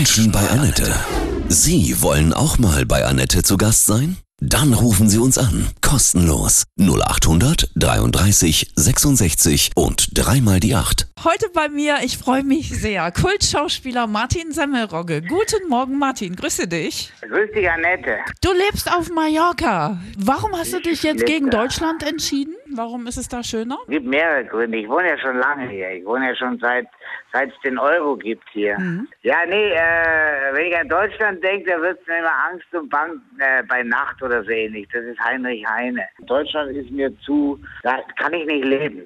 Menschen bei Annette. Sie wollen auch mal bei Annette zu Gast sein? Dann rufen Sie uns an. Kostenlos. 0800 33 66 und dreimal die 8. Heute bei mir, ich freue mich sehr, Kultschauspieler Martin Semmelrogge. Guten Morgen, Martin, grüße dich. Grüß dich, Annette. Du lebst auf Mallorca. Warum hast du dich jetzt gegen Deutschland entschieden? Warum ist es da schöner? Es gibt mehrere Gründe. Ich wohne ja schon lange hier. Ich wohne ja schon seit es den Euro gibt hier. Ja, wenn ich an Deutschland denke, da wird es mir immer Angst und Bang bei Nacht oder so ähnlich. Das ist Heinrich Heine. Deutschland ist mir da kann ich nicht leben.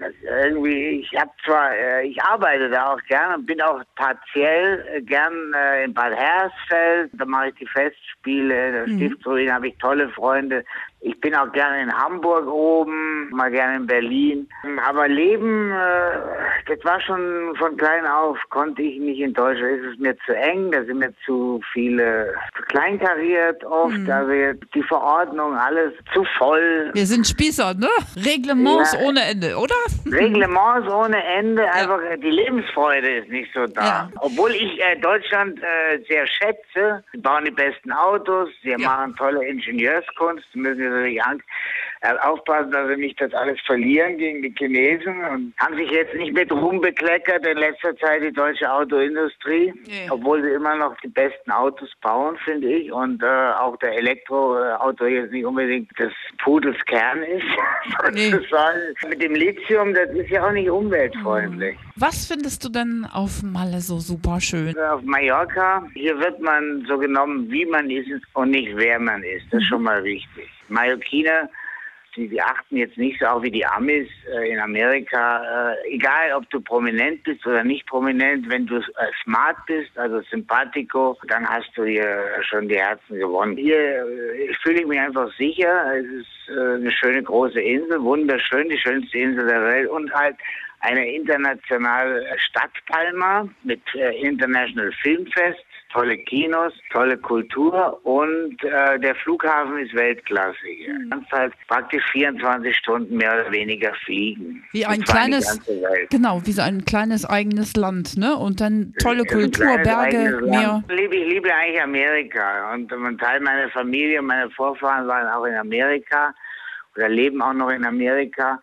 Ich arbeite da auch gern und bin auch partiell gern in Bad Hersfeld. Da mache ich die Festspiele, der Stiftsruine, habe ich tolle Freunde. Ich bin auch gerne in Hamburg oben, mal gerne in Berlin. Aber Leben, das war schon von klein auf, konnte ich nicht in Deutschland. Es ist mir zu eng, da sind mir zu viele, zu kleinkariert oft. Also die Verordnung, alles zu voll. Wir sind Spießer, ne? Reglements ohne Ende, oder? Reglements ohne Ende, einfach die Lebensfreude ist nicht so da. Ja. Obwohl ich Deutschland sehr schätze. Sie bauen die besten Autos, sie machen tolle Ingenieurskunst, müssen wir natürlich aufpassen, dass sie nicht das alles verlieren gegen die Chinesen und haben sich jetzt nicht mit Ruhm bekleckert in letzter Zeit die deutsche Autoindustrie, obwohl sie immer noch die besten Autos bauen, finde ich, und auch der Elektroauto jetzt nicht unbedingt des Pudels Kern ist, sozusagen. Mit dem Lithium, das ist ja auch nicht umweltfreundlich. Was findest du denn auf Malle so super schön? Auf Mallorca, hier wird man so genommen, wie man ist und nicht wer man ist. Das ist schon mal wichtig. Mallorquiner, die achten jetzt nicht so auch wie die Amis in Amerika. Egal, ob du prominent bist oder nicht prominent, wenn du smart bist, also sympathico, dann hast du hier schon die Herzen gewonnen. Hier fühle ich mich einfach sicher. Es ist eine schöne große Insel, wunderschön, die schönste Insel der Welt und halt eine internationale Stadt Palma mit International Filmfest, tolle Kinos, tolle Kultur und der Flughafen ist Weltklasse hier. Du kannst halt praktisch 24 Stunden mehr oder weniger fliegen. Wie ein kleines, wie so ein kleines eigenes Land, ne? Und dann tolle Kultur, Berge, Meer. Ich liebe eigentlich Amerika und ein Teil meiner Familie und meine Vorfahren waren auch in Amerika oder leben auch noch in Amerika.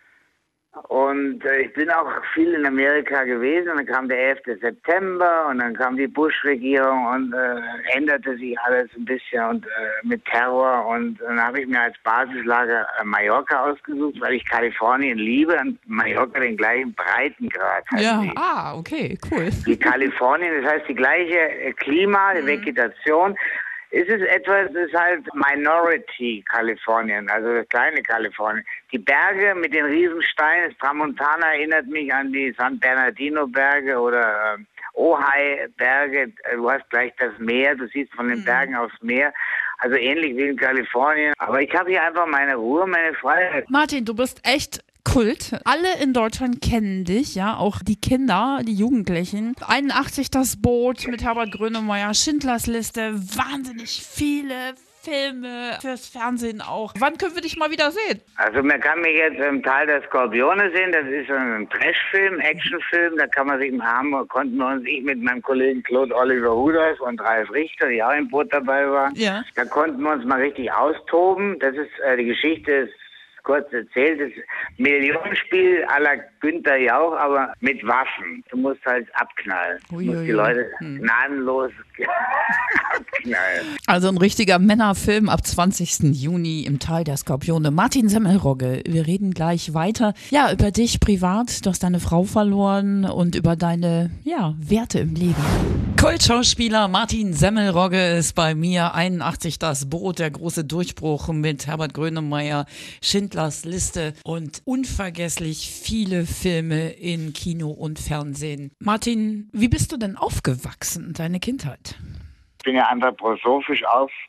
Und ich bin auch viel in Amerika gewesen und dann kam der 11. September und dann kam die Bush-Regierung und änderte sich alles ein bisschen und mit Terror und dann habe ich mir als Basislager Mallorca ausgesucht, weil ich Kalifornien liebe und Mallorca den gleichen Breitengrad hat. Ja, okay, cool. Wie Kalifornien, das heißt die gleiche Klima, die Vegetation. Es ist halt Minority Kalifornien, also das kleine Kalifornien. Die Berge mit den Riesensteinen, das Tramontana erinnert mich an die San Bernardino Berge oder Ojai Berge. Du hast gleich das Meer, du siehst von den Bergen aufs Meer. Also ähnlich wie in Kalifornien. Aber ich habe hier einfach meine Ruhe, meine Freiheit. Martin, du bist echt Kult. Alle in Deutschland kennen dich, ja, auch die Kinder, die Jugendlichen. 81 das Boot mit Herbert Grönemeyer, Schindlers Liste, wahnsinnig viele Filme fürs Fernsehen auch. Wann können wir dich mal wieder sehen? Also man kann mich jetzt im Tal der Skorpione sehen, das ist ein Trashfilm, Actionfilm, da kann man sich konnten wir uns, ich mit meinem Kollegen Claude Oliver Rudolph und Ralf Richter, die auch im Boot dabei waren, da konnten wir uns mal richtig austoben. Das ist, die Geschichte ist kurz erzählt, das Millionenspiel à la Günther Jauch, aber mit Waffen. Du musst halt abknallen. Du musst die Leute gnadenlos abknallen. Also ein richtiger Männerfilm ab 20. Juni im Tal der Skorpione. Martin Semmelrogge, wir reden gleich weiter. Ja, über dich privat, du hast deine Frau verloren und über deine, Werte im Leben. Kultschauspieler Martin Semmelrogge ist bei mir. 81 das Boot, der große Durchbruch mit Herbert Grönemeyer, Schindlers Liste und unvergesslich viele Filme in Kino und Fernsehen. Martin, wie bist du denn aufgewachsen, deine Kindheit? Ich bin ja anthroposophisch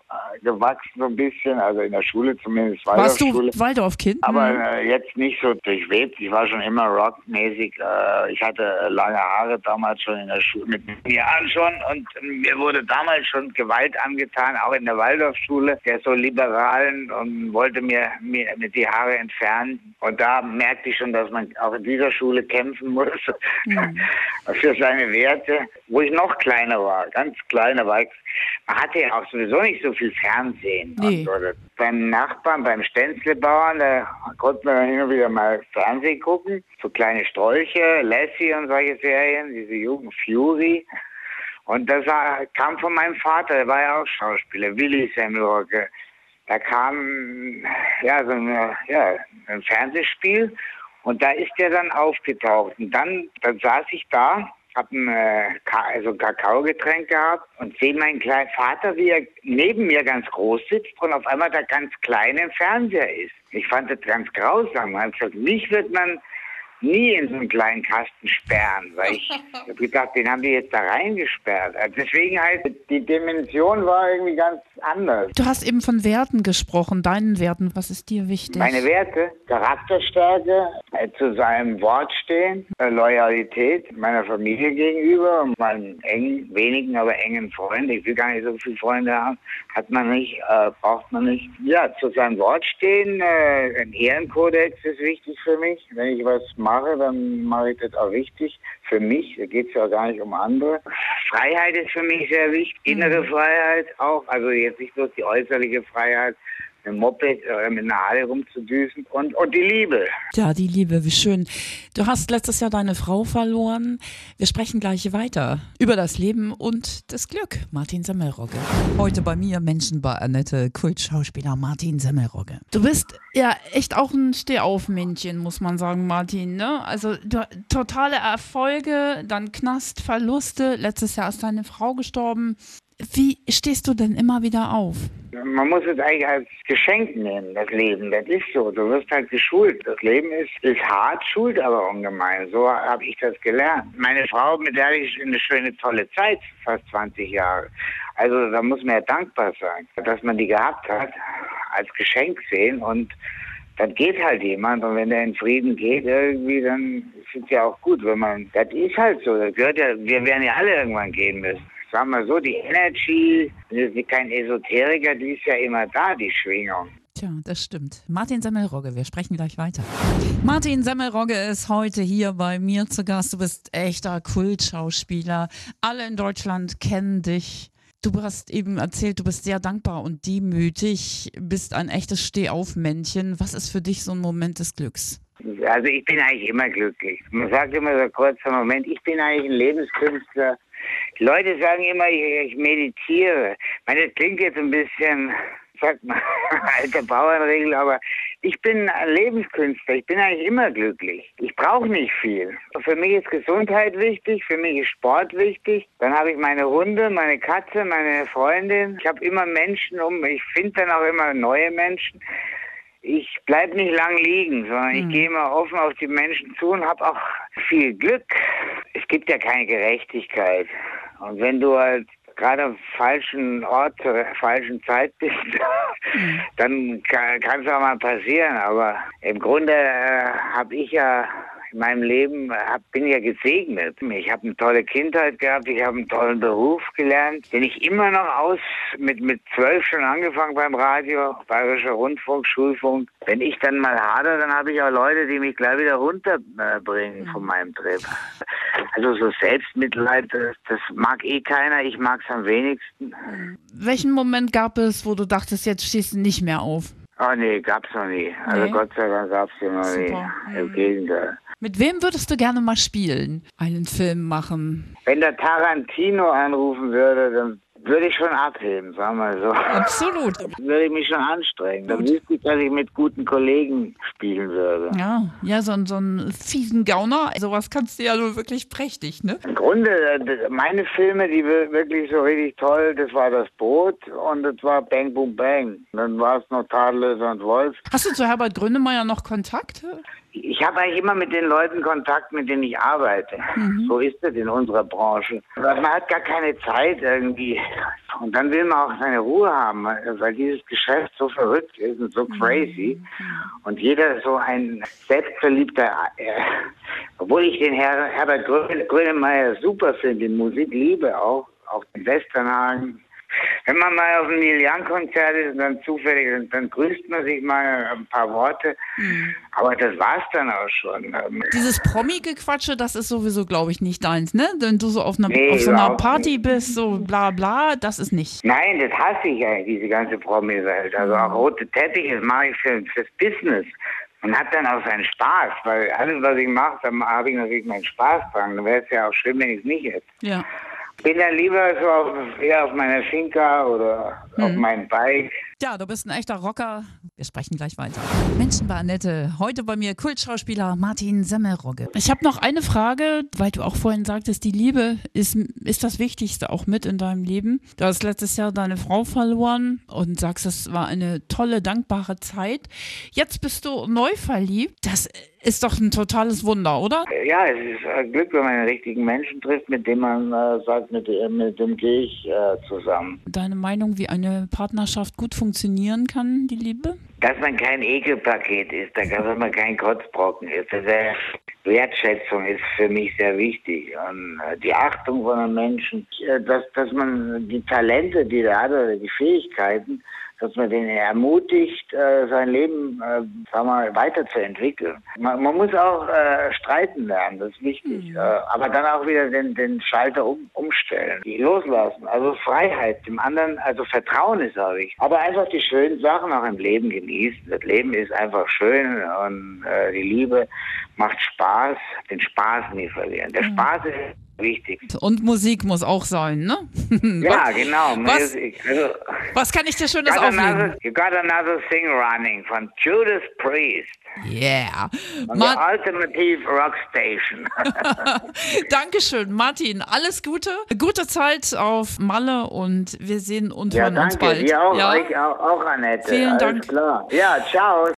gewachsen so ein bisschen, also in der Schule zumindest, Warst du Waldorfschule. Waldorfkind? Aber jetzt nicht so durchwebt. Ich war schon immer rockmäßig. Ich hatte lange Haare damals schon in der Schule, mit Jahren schon. Und mir wurde damals schon Gewalt angetan, auch in der Waldorfschule, der so Liberalen, und wollte mir die Haare entfernen. Und da merkte ich schon, dass man auch in dieser Schule kämpfen muss für seine Werte. Wo ich noch kleiner war, ganz kleiner war ich, man hatte ja auch sowieso nicht so viel Fernsehen. Nee. Und so. Beim Nachbarn, beim Stänzlebauern, da konnte man hin und wieder mal Fernsehen gucken. So kleine Strolche, Lassie und solche Serien, diese Jugend Fury. Und das kam von meinem Vater, der war ja auch Schauspieler, Willy Semmelrogge. Da kam ein Fernsehspiel und da ist der dann aufgetaucht. Und dann saß ich da, habe ein Kakaogetränk gehabt und sehe meinen kleinen Vater, wie er neben mir ganz groß sitzt und auf einmal da ganz klein im Fernseher ist. Ich fand das ganz grausam. Also, mich wird man nie in so einen kleinen Kasten sperren, weil ich habe gedacht, den haben die jetzt da reingesperrt. Also deswegen halt, die Dimension war irgendwie ganz anders. Du hast eben von Werten gesprochen, deinen Werten. Was ist dir wichtig? Meine Werte, Charakterstärke, zu seinem Wort stehen, Loyalität meiner Familie gegenüber und meinen wenigen, aber engen Freunden. Ich will gar nicht so viele Freunde haben. Hat man nicht, braucht man nicht. Ja, zu seinem Wort stehen, ein Ehrenkodex ist wichtig für mich. Wenn ich was mache, dann mache ich das auch richtig für mich. Da geht es ja gar nicht um andere. Freiheit ist für mich sehr wichtig. Innere Freiheit auch. Also jetzt nicht bloß die äußerliche Freiheit, mit dem Moped oder mit einer Halle rumzudüsen. Und die Liebe. Ja, die Liebe, wie schön. Du hast letztes Jahr deine Frau verloren. Wir sprechen gleich weiter über das Leben und das Glück. Martin Semmelrogge. Heute bei mir, Menschen bei Annette, Kultschauspieler Martin Semmelrogge. Du bist ja echt auch ein Stehaufmännchen, muss man sagen, Martin. Ne? Also totale Erfolge, dann Knast, Verluste. Letztes Jahr ist deine Frau gestorben. Wie stehst du denn immer wieder auf? Man muss es eigentlich als Geschenk nehmen, das Leben. Das ist so. Du wirst halt geschult. Das Leben ist hart, schult aber ungemein. So habe ich das gelernt. Meine Frau, mit der hatte ich eine schöne, tolle Zeit, fast 20 Jahre. Also da muss man ja dankbar sein, dass man die gehabt hat, als Geschenk sehen. Und dann geht halt jemand. Und wenn der in Frieden geht irgendwie, dann ist es ja auch gut, wenn man, das ist halt so. Das gehört ja, wir werden ja alle irgendwann gehen müssen. Sagen wir so, die Energy, das ist kein Esoteriker, die ist ja immer da, die Schwingung. Tja, das stimmt. Martin Semmelrogge, wir sprechen gleich weiter. Martin Semmelrogge ist heute hier bei mir zu Gast. Du bist echter Kultschauspieler. Alle in Deutschland kennen dich. Du hast eben erzählt, du bist sehr dankbar und demütig, bist ein echtes Stehaufmännchen. Was ist für dich so ein Moment des Glücks? Also ich bin eigentlich immer glücklich. Man sagt immer so kurzer Moment, ich bin eigentlich ein Lebenskünstler. Die Leute sagen immer, ich meditiere. Ich meine, das klingt jetzt ein bisschen, sagt man, alte Bauernregel, aber ich bin ein Lebenskünstler. Ich bin eigentlich immer glücklich. Ich brauche nicht viel. Für mich ist Gesundheit wichtig, für mich ist Sport wichtig. Dann habe ich meine Hunde, meine Katze, meine Freundin. Ich habe immer Menschen ich finde dann auch immer neue Menschen. Ich bleibe nicht lang liegen, sondern ich gehe immer offen auf die Menschen zu und habe auch viel Glück. Es gibt ja keine Gerechtigkeit. Und wenn du halt gerade am falschen Ort zur falschen Zeit bist, dann kann es auch mal passieren. Aber im Grunde habe ich ja in meinem Leben bin ja gesegnet. Ich habe eine tolle Kindheit gehabt, ich habe einen tollen Beruf gelernt, den ich immer noch mit 12 schon angefangen beim Radio, Bayerischer Rundfunk, Schulfunk. Wenn ich dann mal hadere, dann habe ich auch Leute, die mich gleich wieder runterbringen von meinem Trip. Also so Selbstmitleid, das mag keiner, ich mag es am wenigsten. Welchen Moment gab es, wo du dachtest, jetzt stehst du nicht mehr auf? Oh nee, gab's noch nie. Also Nee. Gott sei Dank gab's den noch nie. Im Gegenteil. Mit wem würdest du gerne mal spielen? Einen Film machen? Wenn der Tarantino anrufen würde, dann würde ich schon abheben, sagen wir so. Absolut. Würde ich mich schon anstrengen. Dann wüsste ich, dass ich mit guten Kollegen spielen würde. Ja, so einen fiesen Gauner. Sowas kannst du ja nur wirklich prächtig, ne? Im Grunde, meine Filme, die wirklich so richtig toll, das war Das Boot und das war Bang Boom Bang. Dann war es noch Tadellöser und Wolf. Hast du zu Herbert Grönemeyer noch Kontakt? Ich habe eigentlich immer mit den Leuten Kontakt, mit denen ich arbeite. So ist es in unserer Branche. Man hat gar keine Zeit irgendwie. Und dann will man auch seine Ruhe haben, weil dieses Geschäft so verrückt ist und so crazy. Und jeder so ein selbstverliebter, obwohl ich den Herbert Grönemeyer super finde, die Musik liebe auch den Westernhagen. Wenn man mal auf einem Neil Young-Konzert ist und dann zufällig, dann grüßt man sich mal ein paar Worte. Aber das war's dann auch schon. Dieses Promi-Gequatsche, das ist sowieso, glaube ich, nicht deins, ne? Wenn du so auf so einer Party bist, so bla bla, das ist nicht. Nein, das hasse ich eigentlich, diese ganze Promi-Welt. Also auch rote Teppiche mache ich fürs Business. Und hat dann auch seinen Spaß, weil alles, was ich mache, da habe ich natürlich meinen Spaß dran. Dann wäre es ja auch schlimm, wenn ich es nicht hätte. Ja. Bin dann lieber so eher auf meiner Finca oder auf meinem Bike. Ja, du bist ein echter Rocker. Wir sprechen gleich weiter. Menschen bei Annette. Heute bei mir Kultschauspieler Martin Semmelrogge. Ich habe noch eine Frage, weil du auch vorhin sagtest, die Liebe ist das Wichtigste auch mit in deinem Leben. Du hast letztes Jahr deine Frau verloren und sagst, es war eine tolle, dankbare Zeit. Jetzt bist du neu verliebt. Das ist doch ein totales Wunder, oder? Ja, es ist Glück, wenn man den richtigen Menschen trifft, mit dem man sagt, mit dem gehe ich zusammen. Deine Meinung, wie eine Partnerschaft gut funktionieren kann, die Liebe? Dass man kein Ekelpaket ist, dass man kein Kotzbrocken ist. Wertschätzung ist für mich sehr wichtig. Und die Achtung von einem Menschen, dass man die Talente, die er hat, oder die Fähigkeiten, dass man den ermutigt, sein Leben weiterzuentwickeln. Man muss auch streiten lernen, das ist wichtig. Aber dann auch wieder den Schalter umstellen, loslassen. Also Freiheit, dem anderen, also Vertrauen ist auch wichtig. Aber einfach die schönen Sachen auch im Leben genießen. Das Leben ist einfach schön und die Liebe macht Spaß. Den Spaß nie verlieren. Der Spaß ist wichtig. Und Musik muss auch sein, ne? Ja, genau. Musik. Was kann ich dir Schönes auflegen? You got another thing running von Judas Priest. Yeah. On the Alternative Rock Station. Dankeschön, Martin. Alles Gute. Gute Zeit auf Malle und wir sehen und hören uns bald. Ja, danke. Dir auch, euch auch, Annette. Vielen Dank. Alles klar. Ja, ciao.